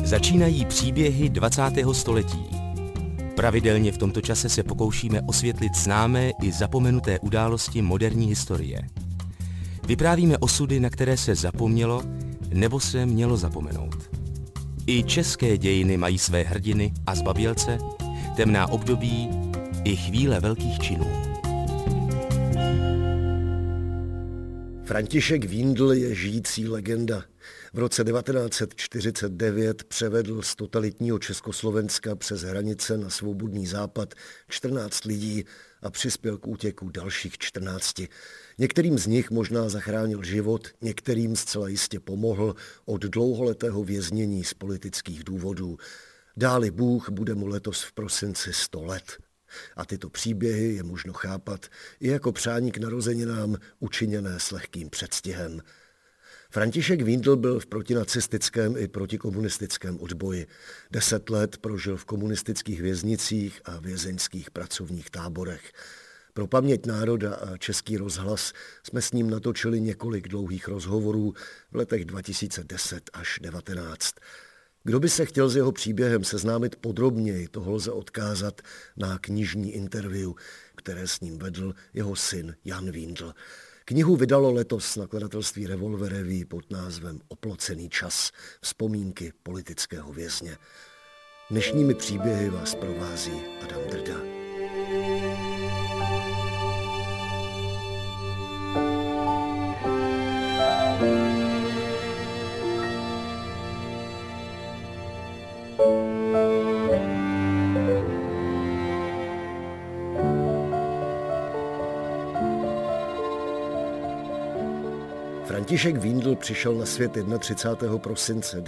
Začínají příběhy 20. století. Pravidelně v tomto čase se pokoušíme osvětlit známé i zapomenuté události moderní historie. Vyprávíme osudy, na které se zapomnělo nebo se mělo zapomenout. I české dějiny mají své hrdiny a zbabělce, temná období i chvíle velkých činů. František Víndl je žijící legenda. V roce 1949 převedl z totalitního Československa přes hranice na svobodný západ 14 lidí a přispěl k útěku dalších 14. Některým z nich možná zachránil život, některým zcela jistě pomohl od dlouholetého věznění z politických důvodů. Dáli Bůh, bude mu letos v prosinci 100 let. A tyto příběhy je možno chápat i jako přání k narozeninám učiněné s lehkým předstihem. František Víndl byl v protinacistickém i protikomunistickém odboji. 10 let prožil v komunistických věznicích a vězeňských pracovních táborech. Pro Paměť národa a Český rozhlas jsme s ním natočili několik dlouhých rozhovorů v letech 2010 až 2019. Kdo by se chtěl s jeho příběhem seznámit podrobněji, toho lze odkázat na knižní interview, které s ním vedl jeho syn Jan Víndl. Knihu vydalo letos nakladatelství Revolver Revue pod názvem Oplocený čas. Vzpomínky politického vězně. Dnešními příběhy vás provází Adam Drda. František Víndl přišel na svět 31. prosince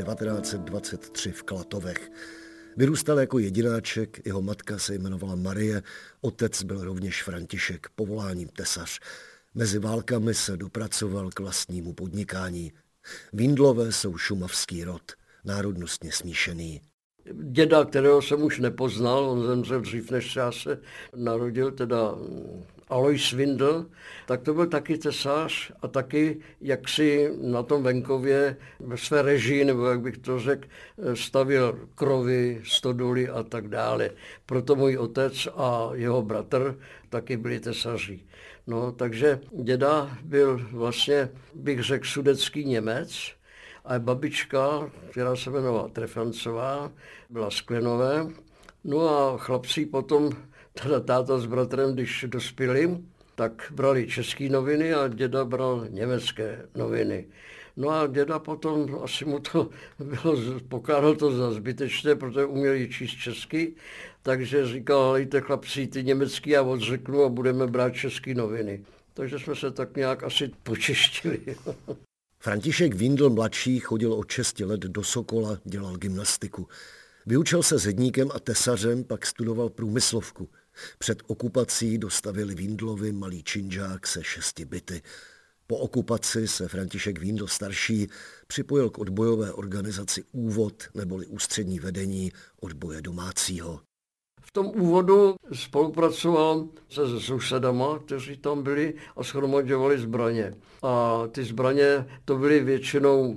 1923 v Klatovech. Vyrůstal jako jedináček, jeho matka se jmenovala Marie, otec byl rovněž František, povoláním tesař. Mezi válkami se dopracoval k vlastnímu podnikání. Víndlové jsou šumavský rod, národnostně smíšený. Děda, kterého jsem už nepoznal, on zemřel dřív, než já se narodil, teda Alois Víndl, tak to byl taky tesař a taky jaksi na tom venkově ve své režii, nebo jak bych to řekl, stavěl krovy, stodoly a tak dále. Proto můj otec a jeho bratr taky byli tesaři. No, takže děda byl vlastně, bych řekl, sudetský Němec, a babička, která se jmenovala Trefancová, byla z Klenové. No a chlapci potom, teda táta s bratrem, když dospěli, tak brali české noviny a děda bral německé noviny. No a děda potom, asi mu to bylo, pokládal to za zbytečné, protože uměli číst česky, takže říkal, hejte chlapci, ty německý já odřeknu a budeme brát české noviny. Takže jsme se tak nějak asi počeštili. František Víndl mladší chodil od 6 let do Sokola, dělal gymnastiku. Vyučil se zedníkem a tesařem, pak studoval průmyslovku. Před okupací dostavili Víndlovi malý činžák se 6 byty. Po okupaci se František Víndl starší připojil k odbojové organizaci Úvod neboli Ústřední vedení odboje domácího. V tom úvodu spolupracoval se sousedama, kteří tam byli a shromažďovali zbraně. A ty zbraně to byly většinou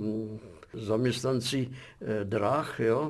zaměstnanci drah, jo?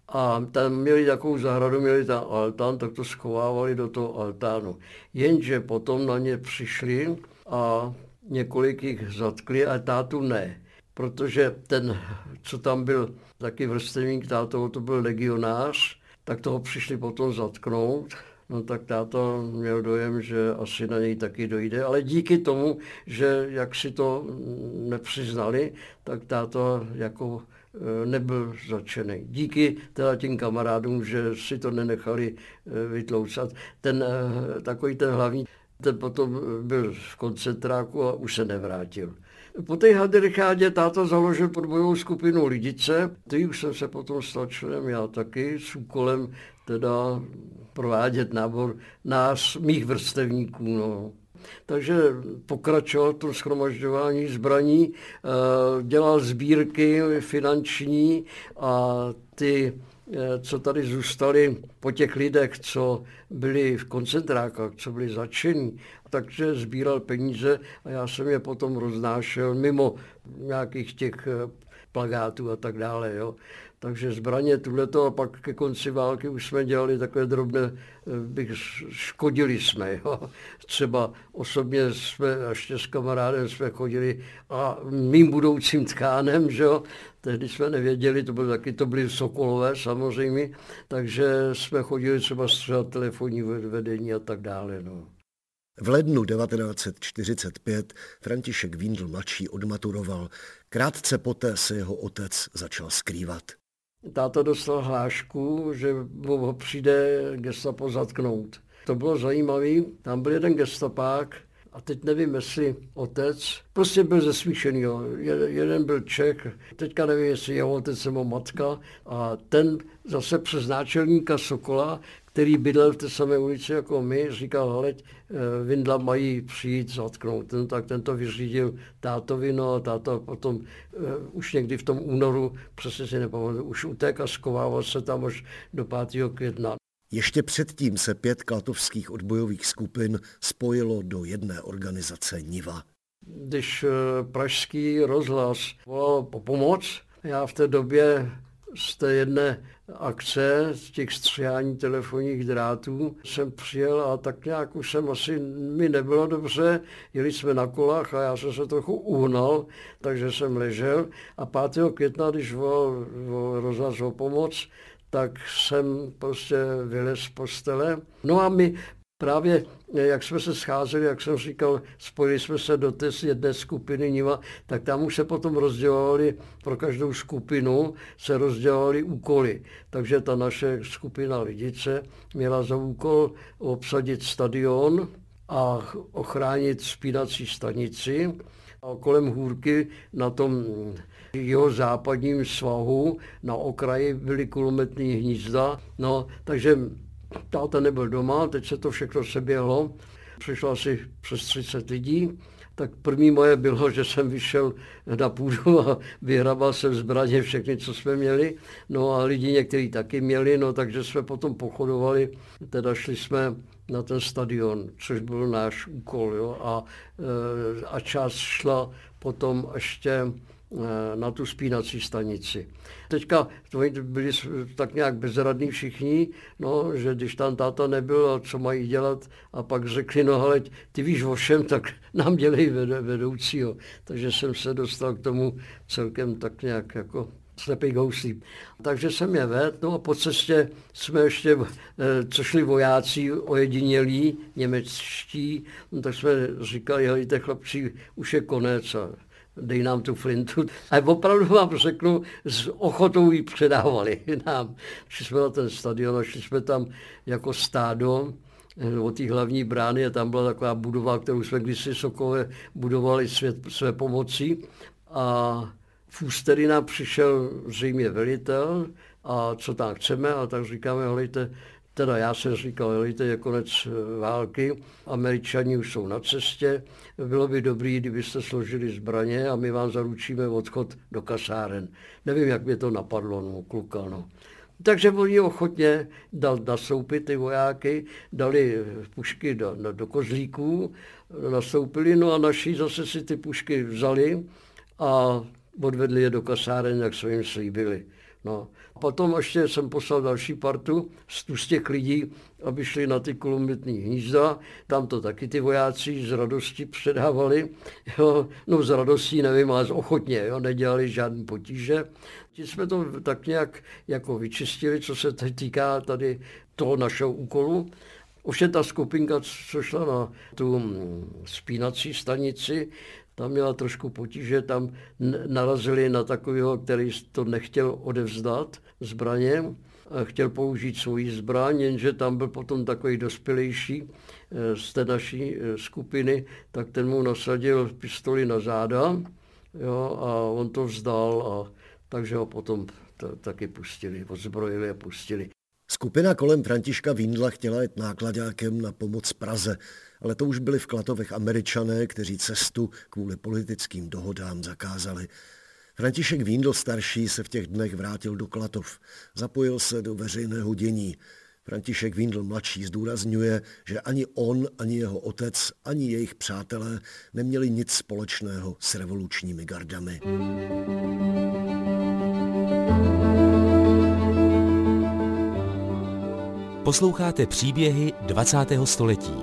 A tam měli takovou zahradu, měli tam altán, tak to schovávali do toho altánu. Jenže potom na ně přišli a několik jich zatkli, a tátu ne. Protože ten, co tam byl taky vrstevník tátovo, to byl legionář, tak toho přišli potom zatknout. No tak táta měl dojem, že asi na něj taky dojde, ale díky tomu, že jak si to nepřiznali, tak táta jako nebyl zatčený. Díky teda tím kamarádům, že si to nenechali vytloucat. Takový ten hlavní, ten potom byl v koncentráku a už se nevrátil. Po té hadrchádě táta založil podbojovou skupinu Lidice, ty už jsem se potom stal členem já taky, s úkolem teda provádět nábor mých vrstevníků. No. Takže pokračoval v tom shromažďování zbraní, dělal sbírky finanční a ty, co tady zůstali po těch lidech, co byli v koncentrákách, co byli zatčení, takže sbíral peníze a já jsem je potom roznášel mimo nějakých těch plakátů a tak dále. Jo. Takže zbraně tuhleto a pak ke konci války už jsme dělali takové drobné, škodili jsme. Jo. Třeba osobně jsme ještě s kamarádem jsme chodili a mým budoucím tkánem, že jo, tehdy jsme nevěděli, to byly Sokolové samozřejmě, takže jsme chodili třeba střelat telefonní vedení a tak dále. No. V lednu 1945 František Víndl mladší odmaturoval. Krátce poté se jeho otec začal skrývat. Táta dostal hlášku, že ho přijde gestapo zatknout. To bylo zajímavé, tam byl jeden gestapák a teď nevím, jestli otec, prostě byl zesmíšený. Jeden byl Čech, teďka nevím, jestli jeho otec nebo matka a ten zase přes náčelníka Sokola, který bydlel v té samé ulici jako my, říkal, hele, Víndla mají přijít zatknout. Tak ten to vyřídil tátovi, no a táta potom už někdy v tom únoru, přesně si nepamatuju, už utek a skovával se tam až do 5. května. Ještě předtím se 5 klatovských odbojových skupin spojilo do jedné organizace Niva. Když pražský rozhlas volal po pomoc, já v té době z té jedné akce, z těch stříhání telefonních drátů jsem přijel a tak nějak už mi nebylo dobře, jeli jsme na kolách a já jsem se trochu uhnal, takže jsem ležel a 5. května, když volal rozhlas o pomoc, tak jsem prostě vylez z postele. No a my právě, jak jsme se scházeli, jak jsem říkal, spojili jsme se do té jedné skupiny Niva, tak tam už se potom rozdělovali, pro každou skupinu se rozdělovali úkoly. Takže ta naše skupina Lidice měla za úkol obsadit stadion a ochránit spínací stanici. A kolem Hůrky na tom jeho západním svahu na okraji byly kulometní hnízda. No, takže táta nebyl doma, teď se to všechno seběhlo. Přišlo asi přes 30 lidí. Tak první moje bylo, že jsem vyšel na půdu a vyhrabal jsem zbraně všechny, co jsme měli. No a lidi někteří taky měli, no takže jsme potom pochodovali, teda šli jsme na ten stadion, což byl náš úkol. Jo? A část šla potom ještě na tu spínací stanici. Teďka byli tak nějak bezradní všichni, no, že když tam táta nebyl a co mají dělat a pak řekli, no hele, ty víš o všem, tak nám dělej vedoucího. Takže jsem se dostal k tomu celkem tak nějak jako slepý gouslí. Takže jsem je vedl, no a po cestě jsme ještě, co šli vojáci ojedinělí, němečtí, no, tak jsme říkali, hejte chlapci, už je konec a dej nám tu flintu. A opravdu vám řeknu, s ochotou ji předávali nám. Šli jsme na ten stadion a šli jsme tam jako stádo od té hlavní brány a tam byla taková budova, kterou jsme kdysi Sokolové budovali své pomocí. A v úterý nám přišel zřejmě velitel a co tam chceme, a tak říkáme, helejte, teda já jsem říkal, helejte, je konec války, Američani už jsou na cestě, bylo by dobrý, kdybyste složili zbraně a my vám zaručíme odchod do kasáren. Nevím, jak mě to napadlo, no, kluka, no. Takže oni ochotně nastoupit ty vojáky, dali pušky do kozlíků, nastoupili, no a naši zase si ty pušky vzali a odvedli je do kasáren, jak jsme jim slíbili. No. Potom ještě jsem poslal další partu z těch lidí, aby šli na ty kulometní hnízda. Tam to taky ty vojáci z radosti předávali. Jo. No z radostí nevím, ale ochotně, jo. Nedělali žádný potíže. Ti jsme to tak nějak jako vyčistili, co se týká tady toho našeho úkolu. Ovšem ta skupinka, co šla na tu spínací stanici, tam měla trošku potíže, tam narazili na takového, který to nechtěl odevzdat zbraně, chtěl použít svoji zbraň, jenže tam byl potom takový dospělejší z té naší skupiny, tak ten mu nasadil pistoli na záda, jo, a on to vzdal, a takže ho potom taky pustili, odzbrojili a pustili. Skupina kolem Františka Víndla chtěla jet náklaďákem na pomoc Praze, ale to už byli v Klatovech Američané, kteří cestu kvůli politickým dohodám zakázali. František Víndl starší se v těch dnech vrátil do Klatov, zapojil se do veřejného dění. František Windl mladší zdůrazňuje, že ani on, ani jeho otec, ani jejich přátelé neměli nic společného s revolučními gardami. Posloucháte příběhy 20. století.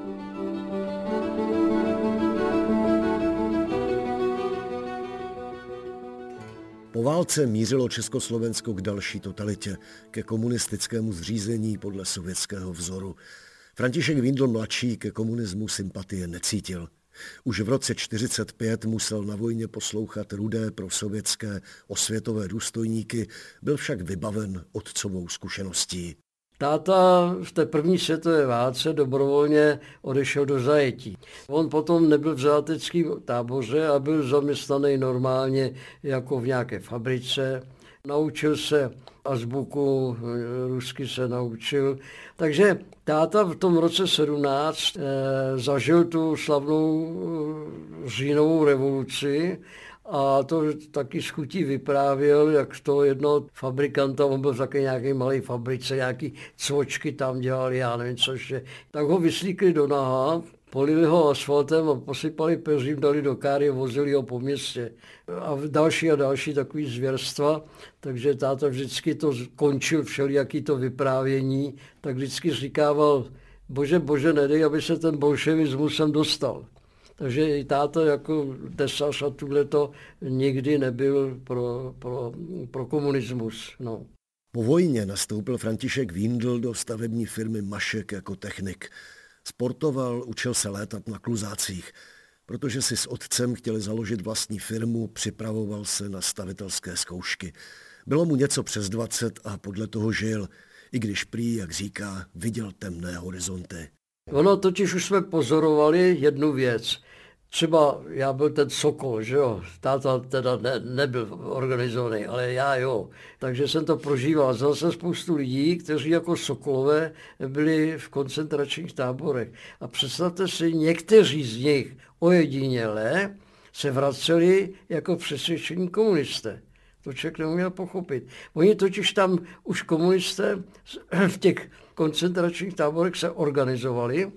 Po válce mířilo Československo k další totalitě, ke komunistickému zřízení podle sovětského vzoru. František Windl mladší ke komunismu sympatie necítil. Už v roce 1945 musel na vojně poslouchat rudé prosovětské osvětové důstojníky, byl však vybaven otcovou zkušeností. Táta v té první světové válce dobrovolně odešel do zajetí. On potom nebyl v žáteckém táboře a byl zaměstnaný normálně jako v nějaké fabrice. Naučil se azbuku, rusky se naučil. Takže táta v tom roce 17 zažil tu slavnou říjnovou revoluci. A to taky s chutí vyprávěl, jak to jedno fabrikanta, on byl v také nějaké malé fabrice, nějaký cvočky tam dělali, já nevím což je. Tak ho vyslíkli do naha, polili ho asfaltem a posypali peřím, dali do káry, vozili ho po městě. A další takový zvěrstva, takže táta vždycky to končil všelijaký to vyprávění, tak vždycky říkával, bože, nedej, aby se ten bolševismus sem dostal. Takže i táta jako tesař a tuhleto nikdy nebyl pro komunismus. No. Po vojně nastoupil František Windl do stavební firmy Mašek jako technik. Sportoval, učil se létat na kluzácích. Protože si s otcem chtěli založit vlastní firmu, připravoval se na stavitelské zkoušky. Bylo mu něco přes 20 a podle toho žil, i když prý, jak říká, viděl temné horizonty. Ono totiž už jsme pozorovali jednu věc. Třeba já byl ten Sokol, že jo, táta teda nebyl organizovaný, ale já jo. Takže jsem to prožíval. Znal jsem spoustu lidí, kteří jako Sokolové byli v koncentračních táborech. A představte si, někteří z nich ojediněle se vraceli jako přesvědčení komunisté. To člověk neuměl pochopit. Oni totiž tam už komunisté v těch koncentračních táborech se organizovali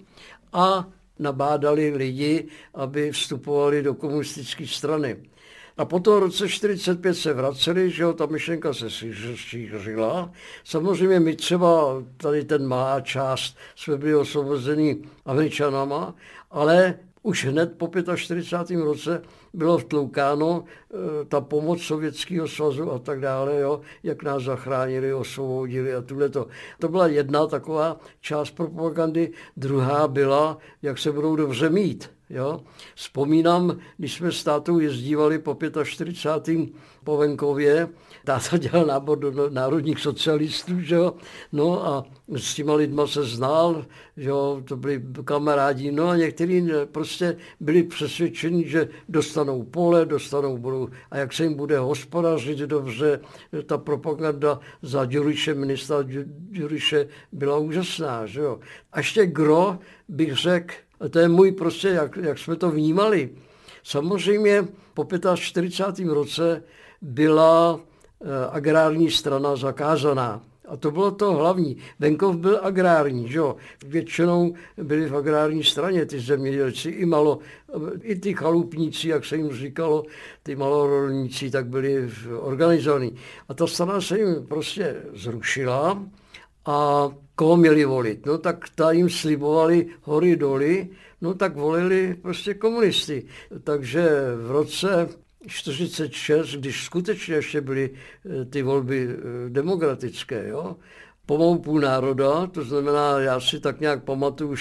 a nabádali lidi, aby vstupovali do komunistické strany. A potom v roce 1945 se vraceli, že jo, ta myšlenka se šířila. Samozřejmě my třeba, tady ten malá část, jsme byli osvobozeni Američanama, ale už hned po 45. roce bylo vtloukáno ta pomoc Sovětského svazu a tak dále, jo, jak nás zachránili, osvobodili a tuhleto. To byla jedna taková část propagandy, druhá byla, jak se budou dobře mít. Jo. Vzpomínám, když jsme s tátou jezdívali po 45. po venkově, táta dělal nábor do národních socialistů, že jo, no a s těma lidma se znal, že jo, to byli kamarádi, no a někteří prostě byli přesvědčeni, že dostanou pole, budou, a jak se jim bude hospodařit dobře, ta propaganda za Ďuriše, ministra Ďuriše byla úžasná, že jo. A ještě gro bych řekl, a to je můj prostě, jak jsme to vnímali. Samozřejmě po 45. roce byla agrární strana zakázaná. A to bylo to hlavní. Venkov byl agrární, že jo. Většinou byli v agrární straně ty zemědělci, i ty chalupníci, jak se jim říkalo, ty malorolníci, tak byli organizovaní. A ta strana se jim prostě zrušila a koho měli volit? No tak ta jim slibovali hory doly, no tak volili prostě komunisty. Takže v roce 1946, když skutečně ještě byly ty volby demokratické, jo, pomalu půl národa, to znamená, já si tak nějak pamatuju,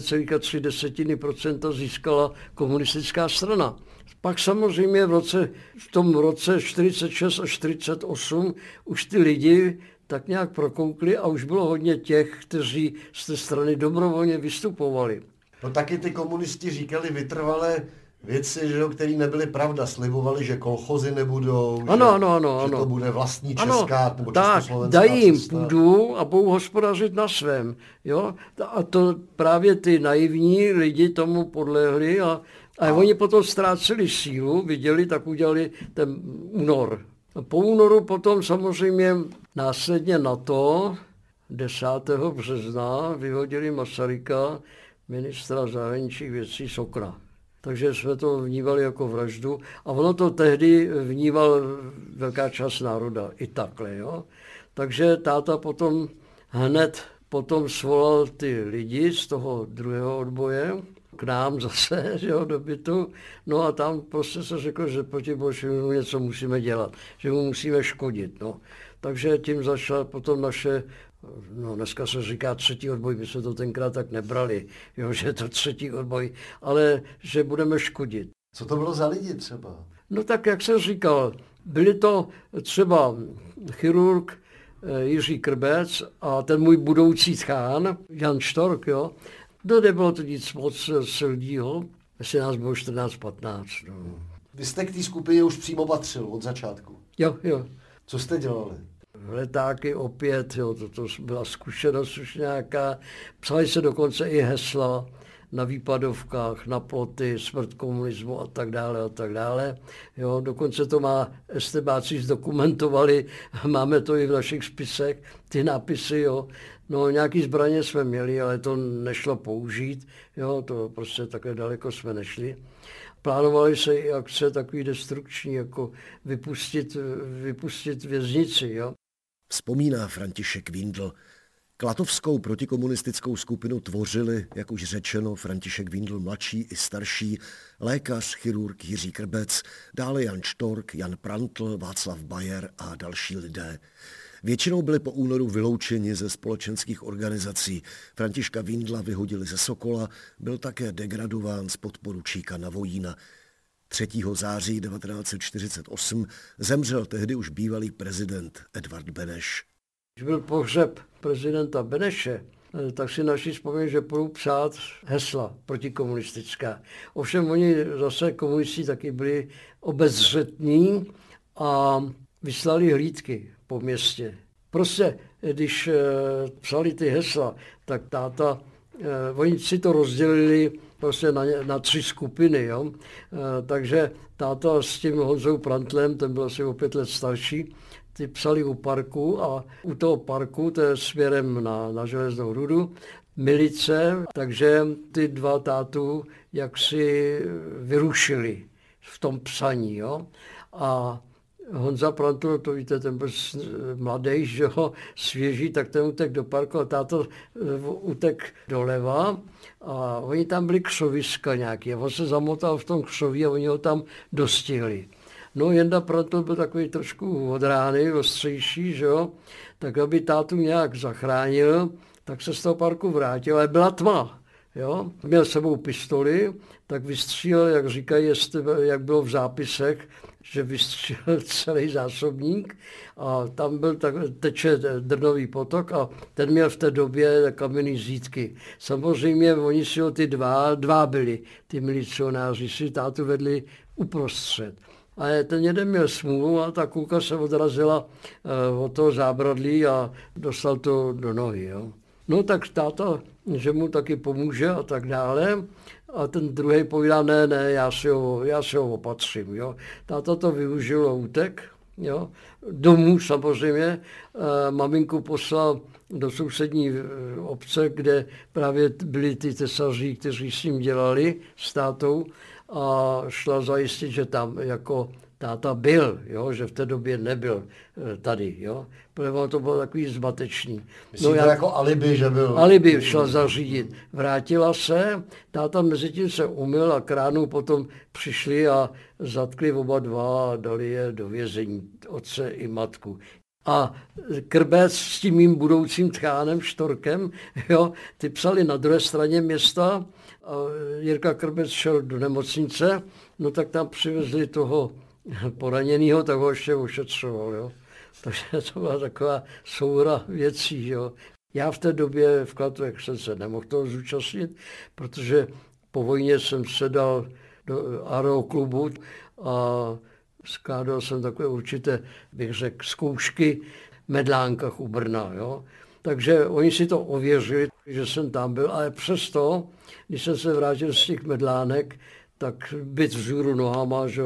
40,3% získala komunistická strana. Pak samozřejmě v tom roce 46 až 48 už ty lidi tak nějak prokoukli a už bylo hodně těch, kteří z té strany dobrovolně vystupovali. No taky ty komunisti říkali vytrvalé věci, že, které nebyly pravda. Slibovali, že kolchozy nebudou, že to bude vlastní česká nebo československá dají jim cesta. půdu a budou hospodařit na svém. Jo? A to právě ty naivní lidi tomu podlehli a oni potom ztráceli sílu, viděli, tak udělali ten únor. A po únoru potom samozřejmě následně na to 10. března vyhodili Masaryka, ministra zahraničních věcí, z okna. Takže jsme to vnívali jako vraždu a ono to tehdy vníval velká část národa i takhle. Jo? Takže táta hned potom svolal ty lidi z toho druhého odboje k nám zase, jo, do bytu. No a tam prostě se řekl, že proti bolševikům něco musíme dělat, že mu musíme škodit. No. Takže tím začala potom naše, no dneska se říká třetí odboj, my jsme to tenkrát tak nebrali, jo, že je to třetí odboj, ale že budeme škodit. Co to bylo za lidi třeba? No tak, jak jsem říkal, byli to třeba chirurg Jiří Krbec a ten můj budoucí tchán, Jan Štork, jo. No nebylo to nic moc silného, jestli nás bylo 14-15. No. Vy jste k té skupině už přímo patřil od začátku? Jo. Co jste dělali? Letáky opět, jo, to byla zkušenost už nějaká. Psali se dokonce i hesla na výpadovkách, na ploty, smrt komunismu a tak dále a tak dále. Jo, dokonce to má estebáci zdokumentovali, máme to i v našich spisech, ty nápisy, jo. No nějaký zbraně jsme měli, ale to nešlo použít, jo, to prostě takhle daleko jsme nešli. Plánovaly se i akce takový destrukční, jako vypustit věznici, jo. Vzpomíná František Windl. Klatovskou protikomunistickou skupinu tvořili, jak už řečeno, František Windl mladší i starší, lékař, chirurg Jiří Krbec, dále Jan Štork, Jan Prantl, Václav Bajer a další lidé. Většinou byli po únoru vyloučeni ze společenských organizací. Františka Windla vyhodili ze Sokola, byl také degradován z podporučíka na Vojína. 3. září 1948 zemřel tehdy už bývalý prezident Edvard Beneš. Když byl pohřeb prezidenta Beneše, tak si naši vzpomněli, že budou psát hesla protikomunistická. Ovšem oni zase komunisti taky byli obezřetní a vyslali hlídky po městě. Prostě, když psali ty hesla, tak táta, oni si to rozdělili prostě na 3 skupiny. Jo? Takže táta s tím Honzou Prantlem, ten byl asi o 5 let starší, ty psali u parku a u toho parku, to je směrem na Železnou rudu, milice, takže ty 2 tátu jaksi vyrušili v tom psaní. Jo? A Honza Prantl, to víte, ten byl mladý, že ho svěží, tak ten utek do parku a táto utek doleva a oni tam byli křoviska nějaký a on se zamotal v tom křoví a oni ho tam dostihli. No Jenda Prantl byl takový trošku od rány, ostřejší, že jo, tak aby tátu nějak zachránil, tak se z toho parku vrátil, ale byla tma. Jo? Měl sebou pistoli, tak vystřílel, jak říkají, jak bylo v zápisech, že vystřílel celý zásobník a tam byl teče Drnový potok a ten měl v té době kamenný zítky. Samozřejmě oni si ho ty dva byli, ty milicionáři, si tátu vedli uprostřed. A ten jeden měl smůlu a ta kulka se odrazila od toho zábradlí a dostal to do nohy. Jo. No tak táta, že mu taky pomůže a tak dále. A ten druhý povídá, ne, já si ho opatřím. Jo. Táta to využil a utek. Jo. Domů samozřejmě. Maminku poslal do sousední obce, kde právě byli ty tesaři, kteří s ním dělali, s tátou. A šla zajistit, že tam jako táta byl, jo, že v té době nebyl tady, jo. Protože to bylo takový zmatečný. Myslím, to jako alibi, že byl. Alibi šla zařídit. Vrátila se, táta mezi tím se umyl a k ránu potom přišli a zatkli oba 2 a dali je do vězení, otce i matku. A Krbec s tím mým budoucím tchánem, Štorkem, jo, ty psali na druhé straně města a Jirka Krbec šel do nemocnice, no tak tam přivezli toho poraněného, tak ho ještě ošetřoval, jo. Takže to byla taková souhra věcí, jo. Já v té době v Klatovech jsem se nemohl toho zúčastnit, protože po vojně jsem sedal do aeroklubu a skládal jsem takové určité, bych řekl, zkoušky v Medlánkách u Brna, jo. Takže oni si to ověřili, že jsem tam byl, ale přesto, když jsem se vrátil z těch Medlánek, tak byt vzhůru nohama, že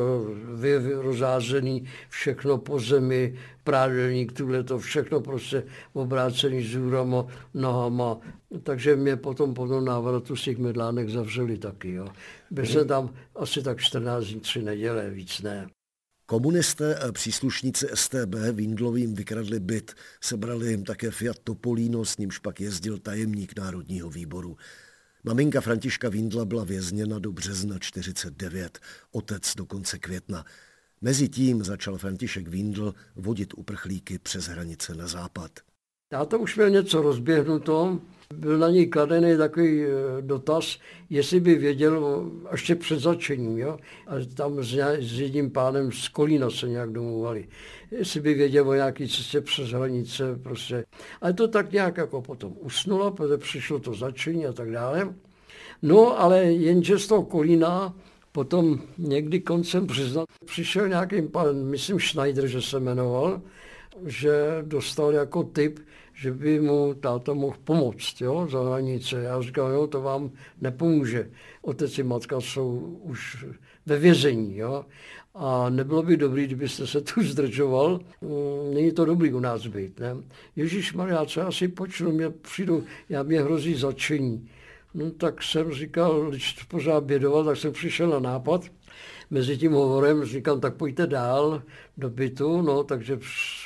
rozházený, všechno po zemi, prádelník, to všechno prostě obrácený vzhůrama, nohama. Takže mě potom po tom návratu z těch Medlánek zavřeli taky. Jo. Byl jsem tam asi tak 14 dní, 3 neděle, víc ne. Komunisté a příslušníci StB Vindlovým vykradli byt, sebrali jim také Fiat Topolino, s nímž pak jezdil tajemník Národního výboru. Maminka Františka Vindla byla vězněna do března 1949, otec do konce května. Mezitím začal František Vindl vodit uprchlíky přes hranice na západ. Táta už měl něco rozběhnuto, byl na něj kladený takový dotaz, jestli by věděl, ještě před začením, jo? A tam s jedním pánem z Kolína se nějak domluvali, jestli by věděl o nějaké cestě přes hranice, prostě. Ale to tak nějak jako potom usnulo, protože přišlo to začení a tak dále. No, ale jenže z toho Kolína potom někdy koncem března přišel nějaký pan, myslím Schneider, že se jmenoval, že dostal jako tip, že by mu táta mohl pomoct, jo, za hranice. Já říkal, jo, to vám nepomůže. Otec i matka jsou už ve vězení, jo. A nebylo by dobrý, kdybyste se tu zdržoval. Není to dobrý u nás být, ne. Ježišmarja, co já si počnu, mě hrozí zatčení. No tak jsem říkal, když pořád bědoval, tak jsem přišel na nápad. Mezi tím hovorem říkám, tak pojďte dál do bytu, no, takže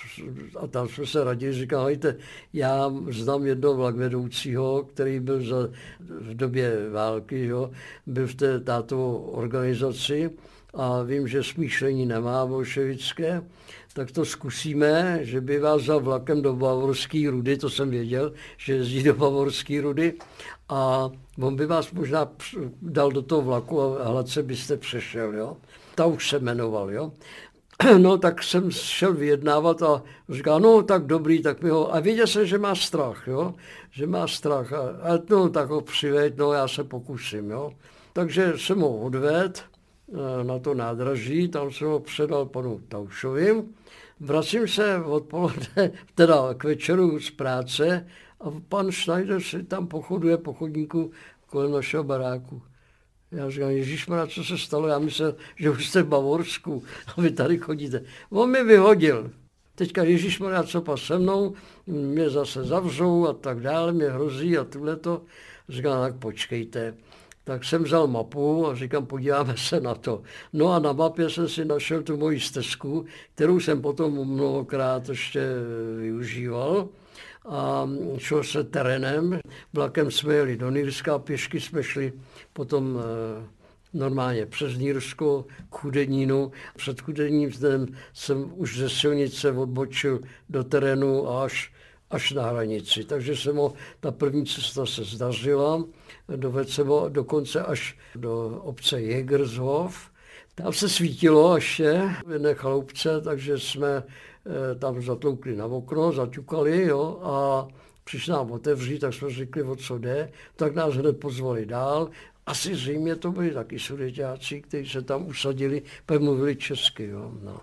a tam jsme se radili, říkám, hejte, já znám jednoho vlakvedoucího, který byl v době války, jo, byl v té tátovou organizaci a vím, že smýšlení nemá bolševické, tak to zkusíme, že by vás vzal vlakem do Bavorské Rudy, to jsem věděl, že jezdí do Bavorské Rudy a on by vás možná dal do toho vlaku a hladce byste přešel, jo. Ta už se jmenoval, jo. No tak jsem šel vyjednávat a říkal, no tak dobrý, tak mi ho, a věděl jsem, že má strach, jo, že má strach, a no tak ho přiveď, no já se pokusím, jo. Takže jsem ho odvedl na to nádraží, tam jsem ho předal panu Taušovi. Vracím se odpoledne, teda k večeru z práce a pan Schneider si tam pochoduje po chodníku kolem našeho baráku. Já říkám, ježišmarja, co se stalo? Já myslel, že už jste v Bavorsku a vy tady chodíte. On mi vyhodil. Teďka ježišmarja, co pa se mnou, mě zase zavřou a tak dále, mě hrozí a tuhleto. Říkám, tak počkejte. Tak jsem vzal mapu a říkám, podíváme se na to. No a na mapě jsem si našel tu moji stezku, kterou jsem potom mnohokrát ještě využíval. A šlo se terénem, vlakem jsme jeli do Nýrska, pěšky jsme šli potom normálně přes Nýrsko k Chudenínu. Před Chudenínem jsem už ze silnice odbočil do terénu až na hranici. Takže ta první cesta se zdařila, dovedl jsem ho dokonce až do obce Jägershof. Tam se svítilo ještě v jedné chaloupce, takže jsme tam zatloukli na okno, zaťukali, jo, a přišli nám otevřít, tak jsme řekli, o co jde, tak nás hned pozvali dál. Asi zřejmě to byli taky Sudeťáci, kteří se tam usadili, pak mluvili česky, jo, no.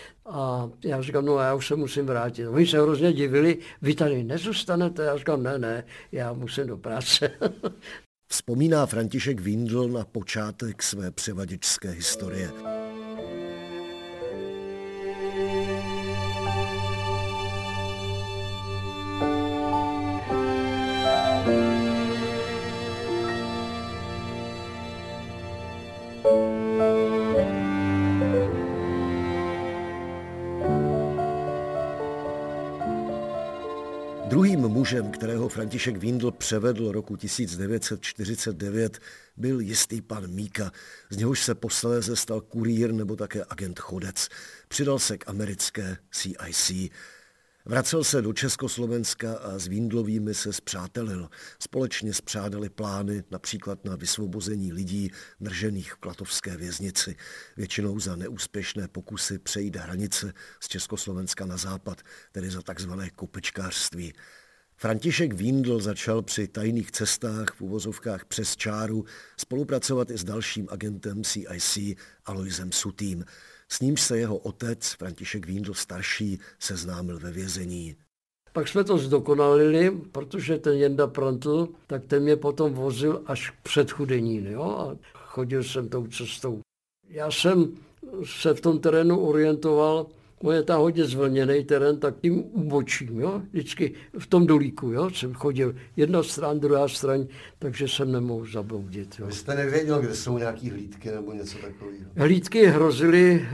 A já říkám, no já už se musím vrátit. Oni se hrozně divili, vy tady nezůstanete? Já říkám, ne, já musím do práce. Vzpomíná František Vindl na počátek své převaděčské historie. Druhým mužem, kterého František Vindl převedl roku 1949, byl jistý pan Míka, z něhož se posléze stal kurýr nebo také agent Chodec. Přidal se k americké CIC. Vracel se do Československa a s Vindlovými se spřátelil. Společně spřádali plány například na vysvobození lidí držených v klatovské věznici, většinou za neúspěšné pokusy přejít hranice z Československa na západ, tedy za takzvané kopečkářství. František Vindl začal při tajných cestách v uvozovkách přes čáru spolupracovat i s dalším agentem CIC Aloisem Sutým. S nímž se jeho otec, František Vindl starší, seznámil ve vězení. Pak jsme to zdokonalili, protože ten Jenda Prantl, tak ten mě potom vozil až před Chudenín. Jo? A chodil jsem tou cestou. Já jsem se v tom terénu orientoval, on je tam hodně zvlněný terén, tak tím ubočím, jo? Vždycky v tom dolíku, jo? Jsem chodil jedna strana, druhá strana, takže jsem nemohl zabloudit. Jo? Vy jste nevěděl, kde jsou nějaký hlídky nebo něco takového? Hlídky hrozily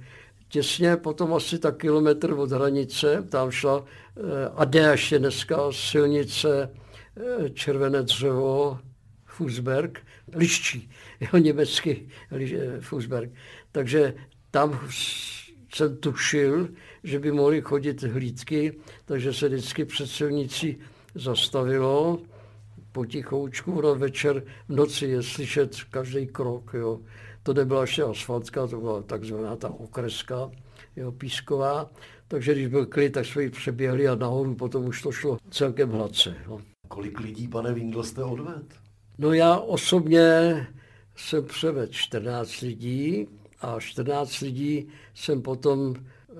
těsně, potom asi tak kilometr od hranice, tam šla a jde ještě dneska silnice Červené Dřevo, Fußberg, Liščí, jo, německý Fußberg. Takže tam jsem tušil, že by mohly chodit hlídky, takže se vždycky před silnicí zastavilo potichoučku, no večer v noci je slyšet každý krok. Jo. To nebyla ještě asfaltka, to byla takzvaná ta okreska, jo, písková. Takže když byl klid, tak jsme ji přeběhli a nahoru potom už to šlo celkem hladce. Jo. Kolik lidí, pane Vindl, jste odvedl? No já osobně jsem převedl 14 lidí a 14 lidí jsem potom,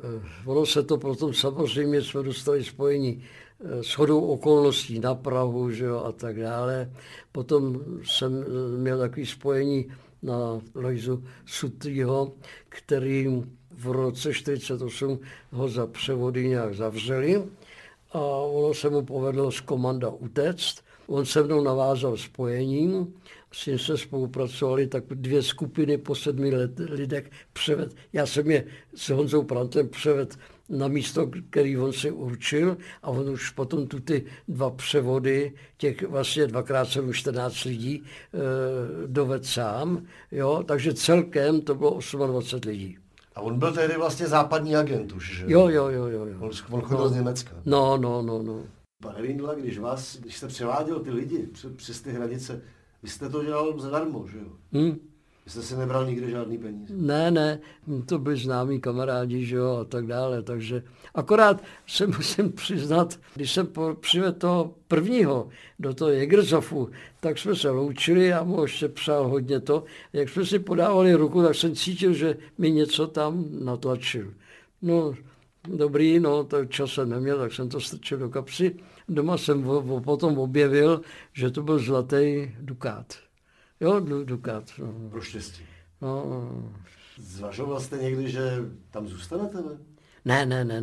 ono se to potom samozřejmě jsme dostali spojení shodou okolností na Prahu, že jo, a tak dále. Potom jsem měl takové spojení na Lojzu Sutlího, který v roce 1948 ho za převody nějak zavřeli a ono se mu povedlo z komanda utéct. On se mnou navázal spojením, s ním jsme spolupracovali, tak 2 skupiny po 7 lidech převed. Já jsem je s Honzou Prantem převed na místo, který on si určil a on už potom ty 2 převody, těch vlastně 2x7 14 lidí, dovedl sám. Jo? Takže celkem to bylo 28 lidí. A on byl tehdy vlastně západní agent už, že? Jo. On chodil z Německa. No. Pane Vindle, když jste převáděl ty lidi přes ty hranice, vy jste to dělal zadarmo, že jo? Vy jste si nebral nikde žádný peníze. Ne, to byli známí kamarádi, že jo, a tak dále, takže akorát se musím přiznat, když jsem přivedl toho prvního do toho Jägerzofu, tak jsme se loučili, já mu ještě přál hodně to, jak jsme si podávali ruku, tak jsem cítil, že mi něco tam natlačil. No, dobrý, no, tak čas jsem neměl, tak jsem to strčil do kapsy. Doma jsem potom objevil, že to byl zlatý dukát. Jo, dukát. No. Pro štěstí. No. Zvažoval jste někdy, že tam zůstanete, ne?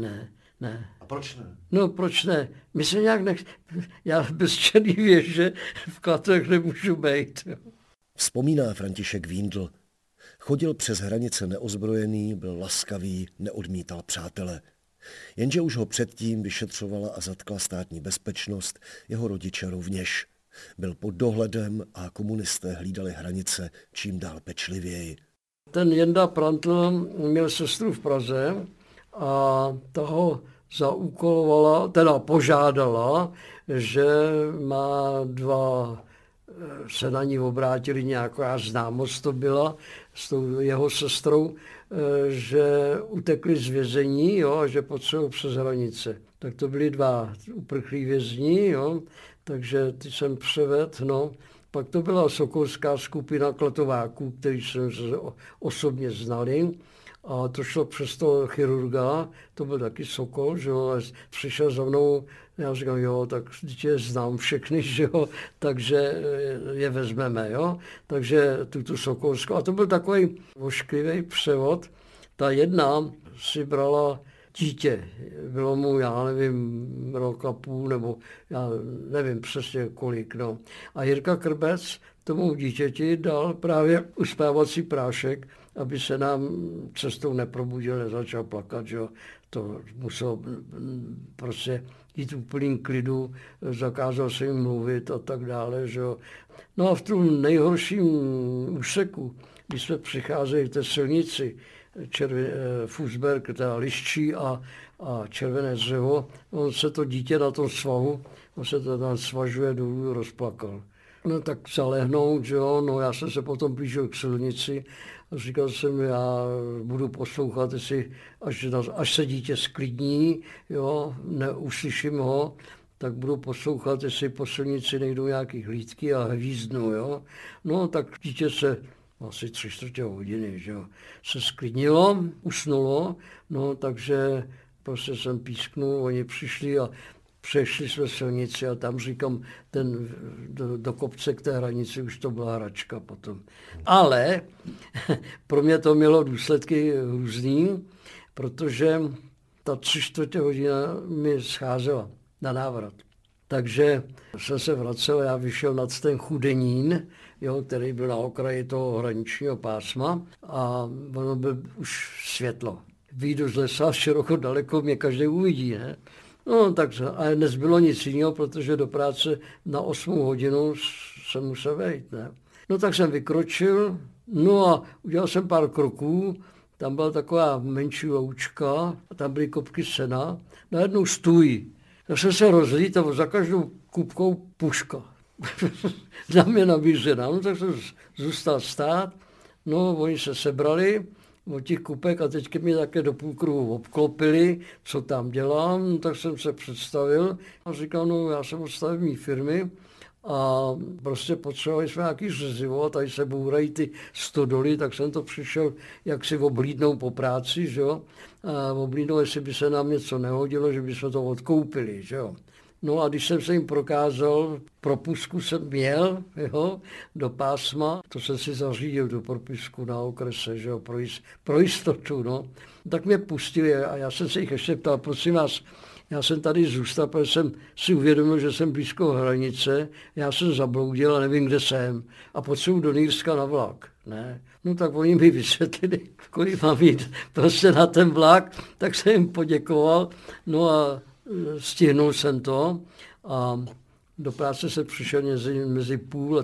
Ne. A proč ne? No, proč ne? My se nějak já bez černý věže v Klatech nemůžu být. Jo. Vzpomíná František Víndl. Chodil přes hranice neozbrojený, byl laskavý, neodmítal přátele. Jenže už ho předtím vyšetřovala a zatkla státní bezpečnost, jeho rodiče rovněž. Byl pod dohledem a komunisté hlídali hranice čím dál pečlivěji. Ten Jenda Prantl měl sestru v Praze a ta ho zaúkolovala, teda požádala, že má 2, se na ní obrátili, nějaká známost to byla s tou jeho sestrou, že utekli z vězení, jo, a že potřebují přes hranice. Tak to byli 2 uprchlí vězni, jo, takže ty jsem převedl, no. Pak to byla sokolská skupina kletováků, který jsme se osobně znali. A to šlo přes toho chirurga, to byl taky Sokol, že jo, přišel za mnou, já říkám, jo, tak je znám všechny, že jo, takže je vezmeme, jo. Takže tuto sokolskou, a to byl takový ošklivý převod. Ta jedna si brala dítě, bylo mu, já nevím, 1,5 roku, nebo já nevím přesně kolik, no. A Jirka Krbec tomu dítěti dal právě uspávací prášek, aby se nám cestou neprobudil, nezačal plakat, že jo. To muselo prostě jít úplným klidu, zakázal se jim mluvit a tak dále, že jo. No a v tom nejhorším úseku, když jsme přicházeli k té silnici, Fußberg, teda Liščí a Červené Dřevo, on se to dítě na tom svahu, on se to tam svažuje dolů, rozplakal. No tak zalehnout, že jo, no já jsem se potom blížil k silnici a říkal jsem, já budu poslouchat, jestli až se dítě sklidní, jo, neuslyším ho, tak budu poslouchat, jestli po silnici nejdou nějaký hlídky a hvízdnu, jo. No tak dítě se asi 3/4 hodiny, že jo, se sklidnilo, usnulo, no takže prostě jsem písknul, oni přišli a přešli jsme silnici a tam říkám, do kopce k té hranici už to byla hračka potom. Ale pro mě to mělo důsledky různý, protože ta 3/4 hodina mi scházela na návrat. Takže jsem se vracel, já vyšel nad ten Chudenín, jo, který byl na okraji toho hraničního pásma a ono byl už světlo. Vyjdu z lesa, široko daleko mě každý uvidí, ne? No takže, ale nezbylo nic jiného, protože do práce na 8 hodinu jsem musel vejít, ne? No tak jsem vykročil, no a udělal jsem pár kroků, tam byla taková menší loučka a tam byly kopky sena, najednou stůj. Tak jsem se rozhlídl a za každou kupkou puška. Na mě nabízená, no tak jsem zůstal stát, no oni se sebrali od těch kupek a teďka mě také do půlkruhu obklopili, co tam dělám, no, tak jsem se představil a říkal, no já jsem od stavební firmy a prostě potřebovali jsme nějaký řezivo a tady se bourají ty stodoly, tak jsem to přišel jak si oblídnou po práci, že jo, a oblídnou, jestli by se nám něco nehodilo, že by jsme to odkoupili, že jo. No a když jsem se jim prokázal, propustku jsem měl, jo, do pásma, to jsem si zařídil do propustku na okrese, že jo, pro jistotu, no. Tak mě pustili a já jsem se jich ještě ptal, prosím vás, já jsem tady zůstal, protože jsem si uvědomil, že jsem blízko hranice, já jsem zabloudil a nevím, kde jsem a potřebuji do Nýrska na vlak, ne. No tak oni mi vysvětlili, kolik mám jít prostě na ten vlak, tak jsem jim poděkoval, no a stihnul jsem to a do práce se přišel mezi 7:30 a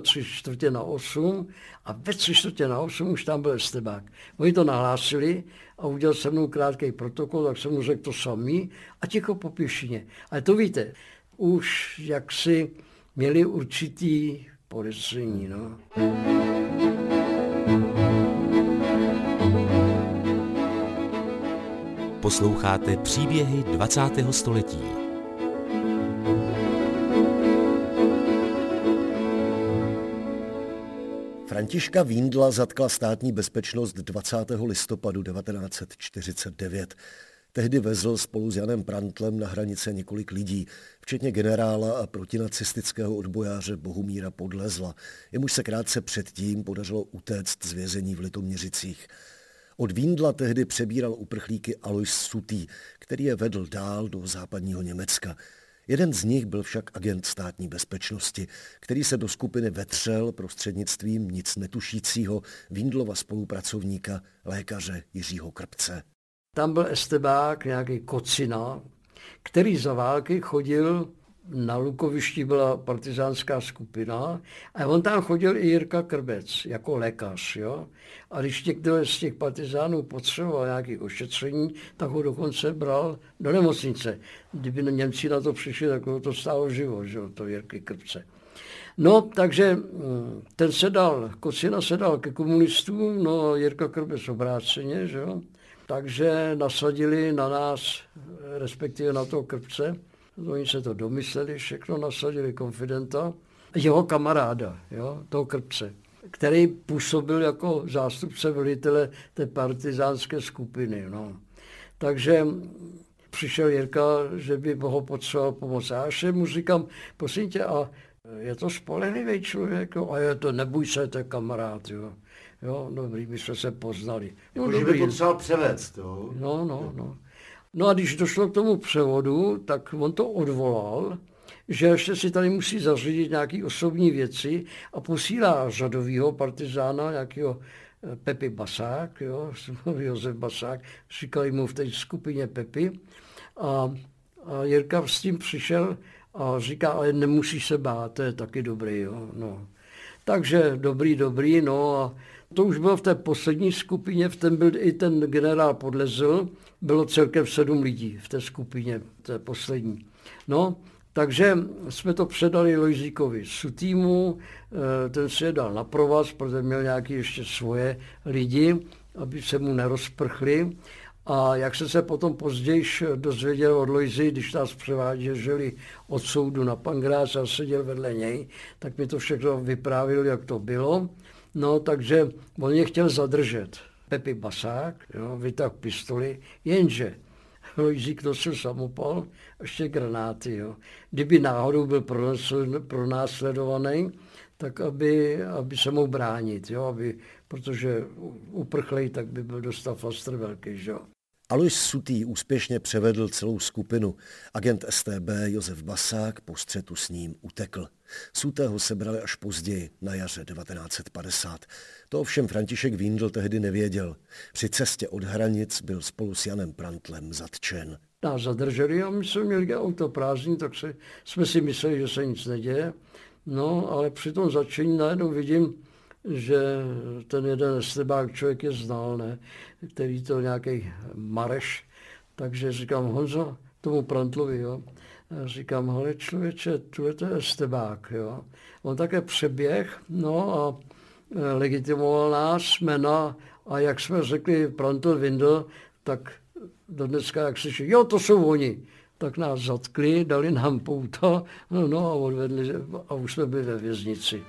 7:45 a ve 7:45 už tam byl estébák. Oni to nahlásili a udělal se mnou krátký protokol, tak jsem mu řekl to samý a ticho po pěšině. Ale to víte, už jaksi měli určitý podezření, no. Posloucháte příběhy 20. století. Františka Víndla zatkla státní bezpečnost 20. listopadu 1949. Tehdy vezl spolu s Janem Prantlem na hranice několik lidí, včetně generála a protinacistického odbojáře Bohumíra Podlezla. Jemuž se krátce předtím podařilo utéct z vězení v Litoměřicích. Od Víndla tehdy přebíral uprchlíky Alois Sutý, který je vedl dál do západního Německa. Jeden z nich byl však agent státní bezpečnosti, který se do skupiny vetřel prostřednictvím nic netušícího Víndlova spolupracovníka, lékaře Jiřího Krpce. Tam byl estébák, nějaký Kocina, který za války chodil, na Lukovišti byla partizánská skupina a on tam chodil i Jirka Krbec jako lékař. Jo? A když někdo z těch partizánů potřeboval nějaké ošetření, tak ho dokonce bral do nemocnice. Kdyby Němci na to přišli, tak ho to stálo život, že? To Jirky Krpce. No, takže Kocina se dal ke komunistům, no Jirka Krbec obráceně, že jo? Takže nasadili na nás, respektive na toho Krpce. Oni se to domysleli, všechno nasadili konfidenta, jeho kamaráda, jo, toho Krpce, který působil jako zástupce velitele té partizánské skupiny. No. Takže přišel Jirka, že by ho potřeboval pomoct. A já mu říkám, prosím tě, a je to spolehlivý člověk? Jo? A je to, neboj se, to je kamarád. Jo. Jo, dobrý, my jsme se poznali. No, že by potřeboval převést. Jo? No. No a když došlo k tomu převodu, tak on to odvolal, že ještě si tady musí zařídit nějaké osobní věci a posílá řadovýho partizána, nějakého Pepi Basák, jo, Josef Basák, říkali mu v té skupině Pepi. A Jirka s tím přišel a říká, ale nemusíš se bát, to je taky dobrý. Jo, no. Takže dobrý, no a to už bylo v té poslední skupině, v ten byl i ten generál Podlezl, bylo celkem 7 lidí v té skupině, té poslední. No, takže jsme to předali Lojzíkovi Sutýmu, ten se je dal na provaz, protože měl nějaké ještě svoje lidi, aby se mu nerozprchli. A jak jsem se potom později dozvěděl od Lojzy, když nás převáděli od soudu na Pankrác a seděl vedle něj, tak mi to všechno vyprávěl, jak to bylo. No, takže on mě chtěl zadržet. Pepi Basák, jo, vytáhl pistoli, jenže Lojzík nosil samopal, ještě granáty. Jo. Kdyby náhodou byl pronásledovaný, tak aby se mohl bránit, jo, protože uprchlej, tak by byl dostal flastr velký. Že? Alois Sutý úspěšně převedl celou skupinu. Agent StB Josef Basák po střetu s ním utekl. Sutého sebrali až později, na jaře 1950. To ovšem František Víndl tehdy nevěděl. Při cestě od hranic byl spolu s Janem Prantlem zatčen. Nás zadrželi a my jsme měli auto prázdný, tak jsme si mysleli, že se nic neděje. No, ale při tom zatčení najednou vidím, že ten jeden stebák člověk je znal, ne? Který to nějaký Mareš. Takže říkám, Honzo, tomu Prantlovi, jo. A říkám, hele člověče, tu je to stebák, jo. On také přeběh, no a legitimoval nás jména a jak jsme řekli Prantl Vindl, tak do dneska, jak slyší, jo, to jsou oni. Tak nás zatkli, dali nám pouta, no a odvedli a už jsme byli ve věznici.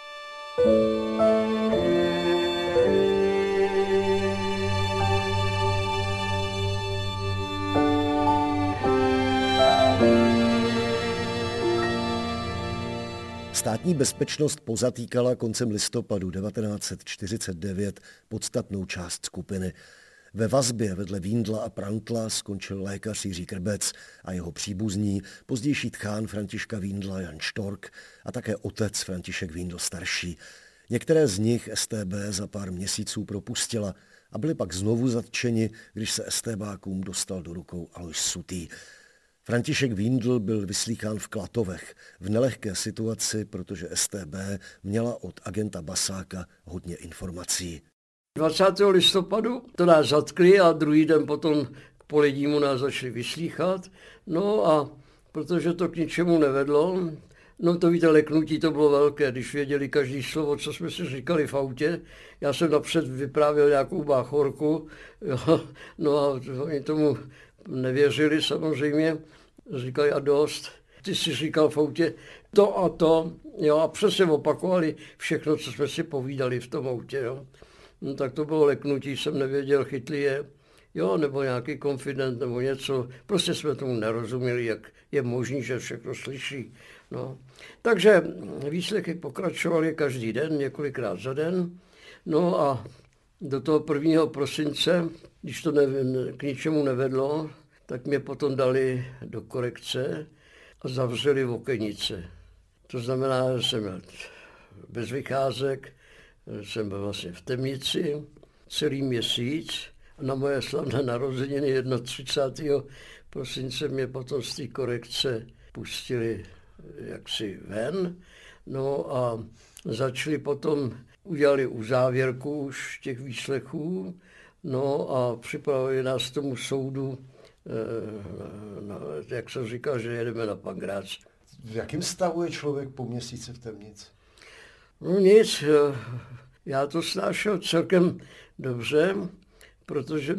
Státní bezpečnost pozatýkala koncem listopadu 1949 podstatnou část skupiny. Ve vazbě vedle Víndla a Prantla skončil lékař Jiří Krbec a jeho příbuzní, pozdější tchán Františka Víndla Jan Štork a také otec František Víndl starší. Některé z nich StB za pár měsíců propustila a byli pak znovu zatčeni, když se StBákům dostal do rukou Alois Sutý. František Víndl byl vyslýchán v Klatovech v nelehké situaci, protože StB měla od agenta Basáka hodně informací. 20. listopadu to nás zatkli a druhý den potom k Poledímu nás začali vyslýchat. No a protože to k ničemu nevedlo, no to víte, leknutí to bylo velké, když věděli každý slovo, co jsme si říkali v autě. Já jsem napřed vyprávěl nějakou báchorku, jo, no a oni tomu nevěřili samozřejmě, říkali a dost. Ty si říkal v autě to a to, jo, a přesně opakovali všechno, co jsme si povídali v tom autě, jo. No, tak to bylo leknutí, jsem nevěděl, chytli je, jo, nebo nějaký konfident, nebo něco. Prostě jsme tomu nerozuměli, jak je možný, že všechno slyší. No. Takže výslechy pokračovaly každý den, několikrát za den. No a do toho 1. prosince, když to k ničemu nevedlo, tak mě potom dali do korekce a zavřeli v okenice. To znamená, že jsem měl bez vycházek, jsem byl vlastně v temnici celý měsíc a na moje slavné narozeniny 31. prosince mě potom z té korekce pustili jaksi ven. No a začali potom, udělali uzávěrku už těch výslechů, no a připravili nás k tomu soudu, jak jsem říkal, že jedeme na Pankrác. V jakém stavu je člověk po měsíci v temnici? No nic, já to snášel celkem dobře, protože,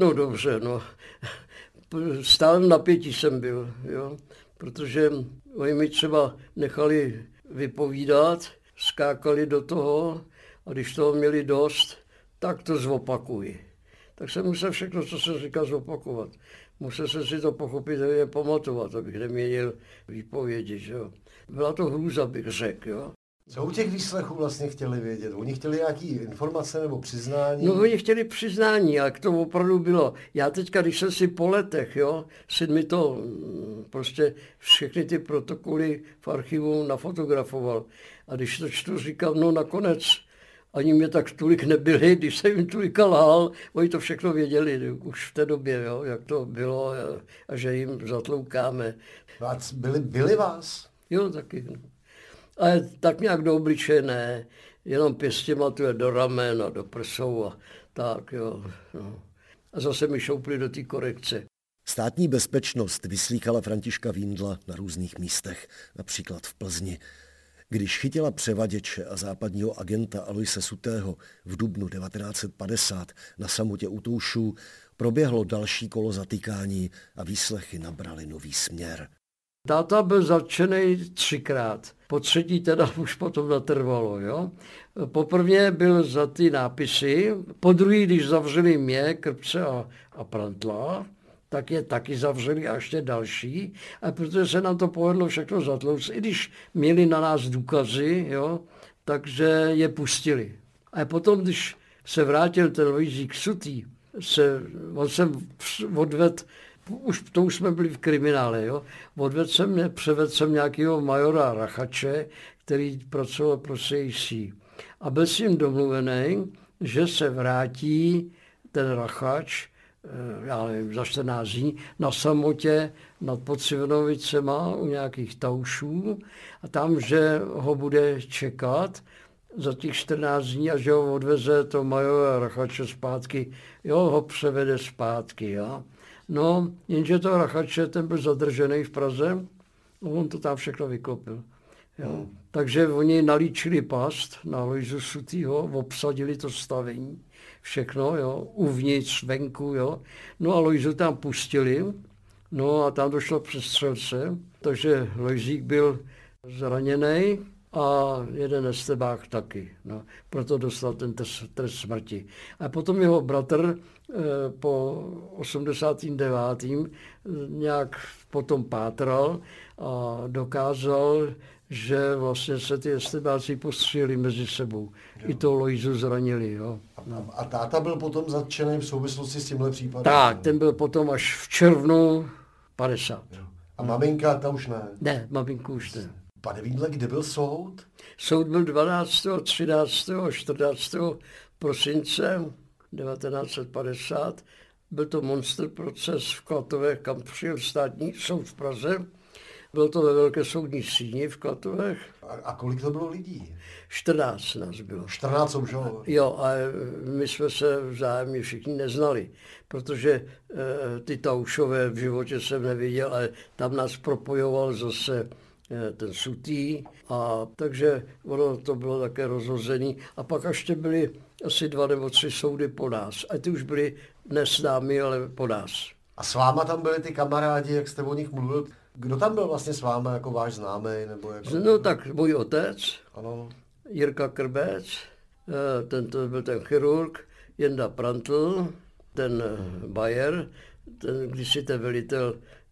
stále napětí jsem byl, jo, protože oni mi třeba nechali vypovídat, skákali do toho a když toho měli dost, tak to zopakuji. Tak jsem musel všechno, co jsem říkal, zopakovat. Musel jsem si to pochopit a pamatovat, abych neměnil výpovědi, že jo. Byla to hrůza, bych řekl, jo. Co u těch výslechů vlastně chtěli vědět? Oni chtěli nějaký informace nebo přiznání? No oni chtěli přiznání, jak to opravdu bylo. Já teďka, když jsem si po letech, jo, si mi to prostě všechny ty protokoly v archivu nafotografoval. A když to čtu, říkám, no nakonec ani mě tak tolik nebyli, když jsem jim tolika lhal, oni to všechno věděli už v té době, jo, jak to bylo a že jim zatloukáme. Byli vás? Jo, taky. Ale tak nějak do obličeje ne, jenom pěstěma tu je do ramen a do prsou a tak, jo. No. A zase mi šoupli do té korekce. Státní bezpečnost vyslýchala Františka Víndla na různých místech, například v Plzni. Když chytila převaděče a západního agenta Aloise Sutého v dubnu 1950 na samotě u Toušů, proběhlo další kolo zatýkání a výslechy nabraly nový směr. Táta byl zatčený 3krát. Po třetí teda už potom natrvalo, jo. Poprvé byl za ty nápisy, po druhý, když zavřeli mě, Krpce a Prantla, tak je taky zavřeli a ještě další. A protože se nám to povedlo všechno zatlouct, i když měli na nás důkazy, jo, takže je pustili. A potom, když se vrátil ten Lojzík Sutý, on se odvedl, už jsme byli v kriminále, jo, převedl jsem nějakého majora Rachače, který pracoval pro CIC. A byl s ním domluvený, že se vrátí ten Rachač, já nevím, za 14 dní, na samotě nad Podcivanovicema u nějakých taušů a tam, že ho bude čekat za těch 14 dní a že ho odveze to majora Rachače zpátky, jo, ho převede zpátky, jo. No, jenže to Rachače, ten byl zadržený v Praze a on to tam všechno vyklopil. Jo. Takže oni nalíčili past na Lojzu Sutýho, obsadili to stavení, všechno, jo, uvnitř, venku, jo. No a Lojzu tam pustili, no a tam došlo k přestřelce, takže Lojzík byl zraněný a jeden estebák taky, no. Proto dostal ten trest smrti. A potom jeho bratr po 89. nějak potom pátral a dokázal, že vlastně se ty estebáci postříleli mezi sebou. Jo. I to Lojzu zranili. Jo. No. A táta byl potom zatčený v souvislosti s tímhle případem? Tak, ten byl potom až v červnu 50. Jo. A maminka, ta už ne? Ne, maminku už ne. Pane Víndle, kdy byl soud? Soud byl 12., 13. a 14. prosince 1950. Byl to monster proces v Klatovech, kam přijel státní soud v Praze. Bylo to ve velké soudní síni v Klatovech. A kolik to bylo lidí? 14 nás bylo. 14 obžalovaných. Jo, a my jsme se vzájemně všichni neznali, protože ty Taušové v životě jsem neviděl, ale tam nás propojoval zase ten Sutý. A takže ono to bylo také rozhozený. A pak ještě byly asi 2 nebo 3 soudy po nás. A ty už byly ne s námi, ale po nás. A s váma tam byli ty kamarádi, jak jste o nich mluvil? Kdo tam byl vlastně s váma jako váš známý? Nebo jako... No tak můj otec, ano. Jirka Krbec, to byl ten chirurg, Jenda Prantl, ten Bayer, ten kdysi ten velitel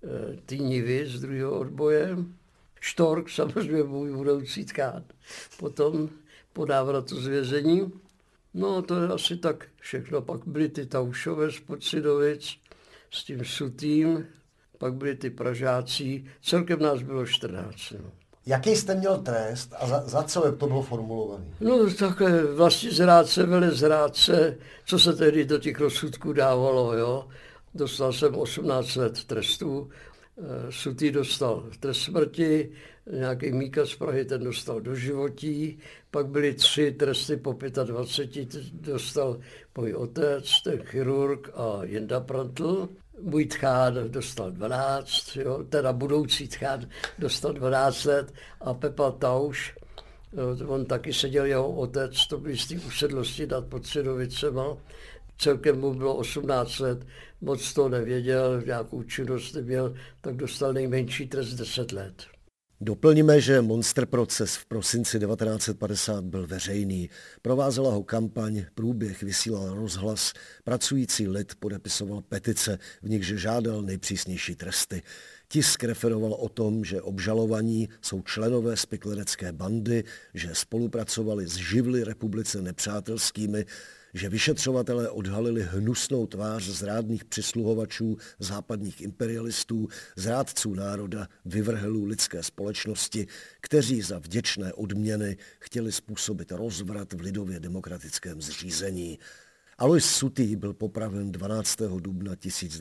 Týnivy z 2. odboje, Štork, samozřejmě můj budoucí tkán. Potom po návratu z vězení. No to je asi tak všechno. Pak byly ty Taušové z Podcidovic s tím Sutým, pak byli ty Pražáci, celkem nás bylo 14. No. Jaký jste měl trest a za co to bylo formulované? No takhle vlastní zrádce, velezrádce, co se tehdy do těch rozsudků dávalo, jo. Dostal jsem 18 let trestu, Sutý dostal trest smrti, nějaký Míka z Prahy, ten dostal doživotí, pak byly 3 tresty po 25, dostal můj otec, ten chirurg a Jenda Prantl. Můj tchán dostal 12, jo, teda budoucí tchán dostal 12 let a Pepa Tauš, on taky seděl jeho otec, to byl z té usedlosti nad Podcidovicema. Celkem mu bylo 18 let, moc to nevěděl, nějakou činnost neměl, tak dostal nejmenší trest 10 let. Doplníme, že Monster proces v prosinci 1950 byl veřejný. Provázela ho kampaň, průběh vysílal rozhlas, pracující lid podepisoval petice, v nichž žádal nejpřísnější tresty. Tisk referoval o tom, že obžalovaní jsou členové spiklenecké bandy, že spolupracovali s živly republice nepřátelskými, že vyšetřovatelé odhalili hnusnou tvář zrádných přisluhovačů západních imperialistů, zrádců národa, vyvrhelů lidské společnosti, kteří za vděčné odměny chtěli způsobit rozvrat v lidově demokratickém zřízení. Alojz Sutý byl popraven 12. dubna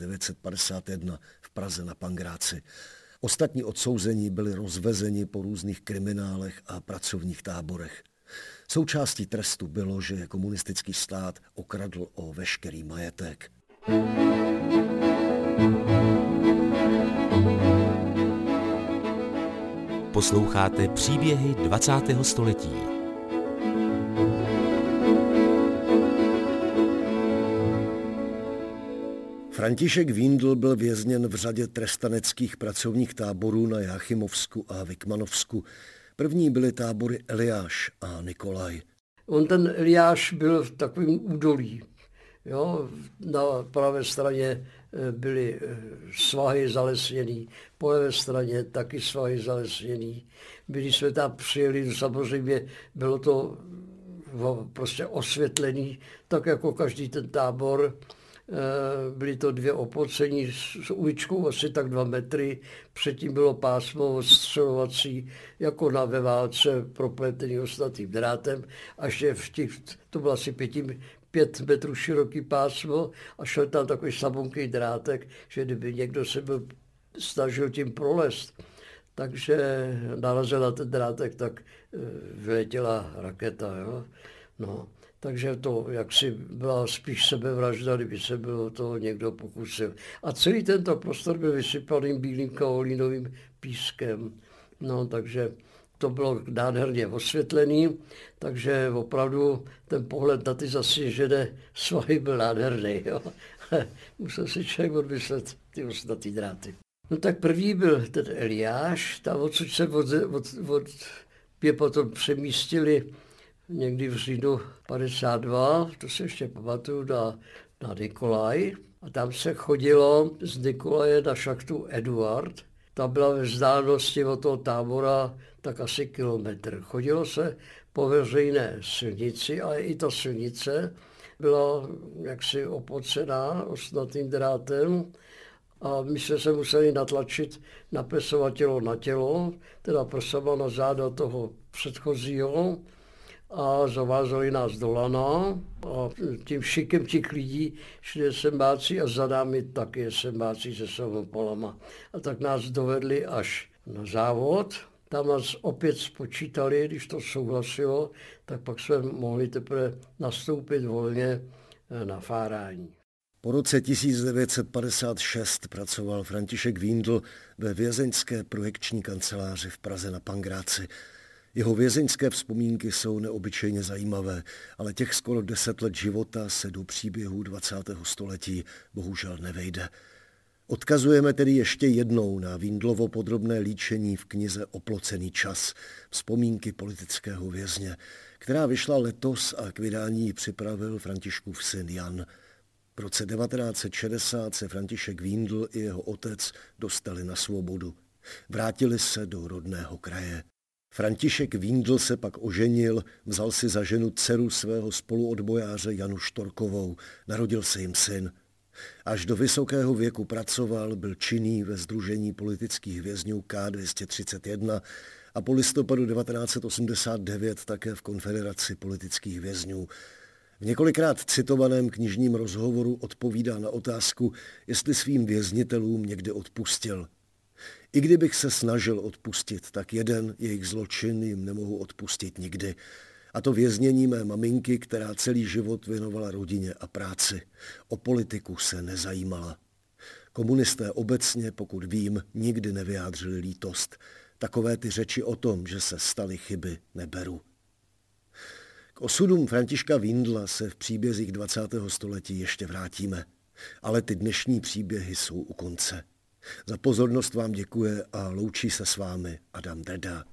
1951 v Praze na Pangráci. Ostatní odsouzení byli rozvezeni po různých kriminálech a pracovních táborech. Součástí trestu bylo, že komunistický stát okradl o veškerý majetek. Posloucháte příběhy 20. století. František Víndl byl vězněn v řadě trestaneckých pracovních táborů na Jáchymovsku a Vikmanovsku. První byly tábory Eliáš a Nikolaj. On ten Eliáš byl v takovém údolí. Jo? Na pravé straně byly svahy zalesněný, po levé straně taky svahy zalesněný. Byli jsme tam přijeli, samozřejmě bylo to prostě osvětlený, tak jako každý ten tábor. Byly to 2 oplocený s uličkou asi tak 2 metry, předtím bylo pásmo odstřelovací, jako ve válce, propletený ostnatým drátem, až to bylo asi 5 metrů široký pásmo a šel tam takový slabonký drátek, že kdyby někdo se byl snažil tím prolést, takže narazil na ten drátek, tak vyletěla raketa. Jo? No. Takže to jaksi byla spíš sebevražda, kdyby se bylo toho někdo pokusil. A celý tento prostor byl vysypaným bílým kaolínovým pískem. No, takže to bylo nádherně osvětlený, takže opravdu ten pohled na ty zasněžené svahy byl nádherný. Jo. Musel si člověk odmyslet ty ostnatý dráty. No tak první byl ten Eliáš, tam odsud se mě potom přemístili někdy v říjnu 52, to se ještě pamatuju, na Nikolaj. A tam se chodilo z Nikolaje na šachtu Eduard. Ta byla ve vzdálenosti od toho tábora tak asi kilometr. Chodilo se po veřejné silnici, ale i ta silnice byla jaksi oplocená ostnatým drátem. A my jsme se museli natlačit, napresovat tělo na tělo, teda prsama na záda toho předchozího, a zavázali nás do lana a tím šikem těch lidí šli sembáci a za námi taky sembáci se samopalama. A tak nás dovedli až na závod, tam nás opět spočítali, když to souhlasilo, tak pak jsme mohli teprve nastoupit volně na fárání. Po roce 1956 pracoval František Víndl ve vězeňské projekční kanceláři v Praze na Pangráci. Jeho vězeňské vzpomínky jsou neobyčejně zajímavé, ale těch skoro 10 let života se do příběhu 20. století bohužel nevejde. Odkazujeme tedy ještě jednou na Víndlovo podrobné líčení v knize Oplocený čas, vzpomínky politického vězně, která vyšla letos a k vydání ji připravil Františkův syn Jan. V roce 1960 se František Víndl i jeho otec dostali na svobodu. Vrátili se do rodného kraje. František Víndl se pak oženil, vzal si za ženu dceru svého spoluodbojáře Janu Štorkovou, narodil se jim syn. Až do vysokého věku pracoval, byl činný ve Sdružení politických vězňů K231 a po listopadu 1989 také v Konfederaci politických vězňů. V několikrát citovaném knižním rozhovoru odpovídá na otázku, jestli svým věznitelům někdy odpustil. I kdybych se snažil odpustit, tak jeden jejich zločin jim nemohu odpustit nikdy. A to věznění mé maminky, která celý život věnovala rodině a práci. O politiku se nezajímala. Komunisté obecně, pokud vím, nikdy nevyjádřili lítost. Takové ty řeči o tom, že se staly chyby, neberu. K osudům Františka Víndla se v příbězích 20. století ještě vrátíme. Ale ty dnešní příběhy jsou u konce. Za pozornost vám děkuje a loučí se s vámi Adam Drda.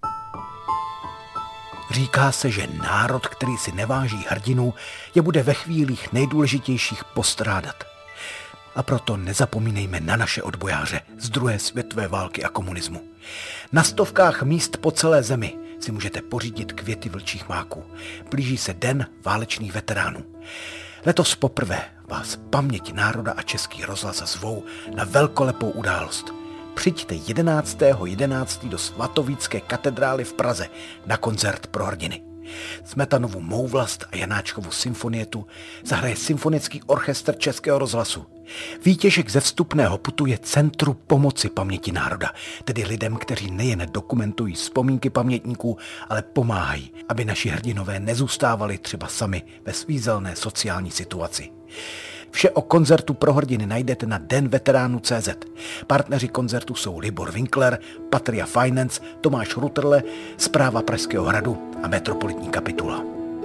Říká se, že národ, který si neváží hrdinů, je bude ve chvílích nejdůležitějších postrádat. A proto nezapomínejme na naše odbojáře z druhé světové války a komunismu. Na stovkách míst po celé zemi si můžete pořídit květy vlčích máků. Blíží se Den válečných veteránů. Letos poprvé vás Paměť národa a Český rozhlas zvou na velkolepou událost. Přijďte 11.11. do Svatovícké katedrály v Praze na koncert pro hrdiny. Smetanovu Mou vlast a Janáčkovu symfonietu zahraje Symfonický orchestr Českého rozhlasu. Výtěžek ze vstupného putuje Centru pomoci paměti národa, tedy lidem, kteří nejen dokumentují vzpomínky pamětníků, ale pomáhají, aby naši hrdinové nezůstávali třeba sami ve svízelné sociální situaci. Vše o koncertu pro hrdiny najdete na denveteránů.cz. Partneři koncertu jsou Libor Winkler, Patria Finance, Tomáš Rutterle, Správa Pražského hradu a Metropolitní kapitula.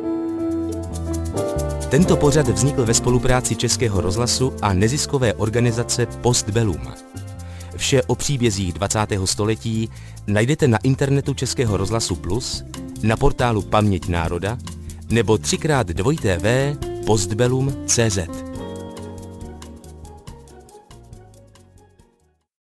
Tento pořad vznikl ve spolupráci Českého rozhlasu a neziskové organizace Postbellum. Vše o příbězích 20. století najdete na internetu Českého rozhlasu Plus, na portálu Paměť národa nebo 3x2tv postbellum.cz.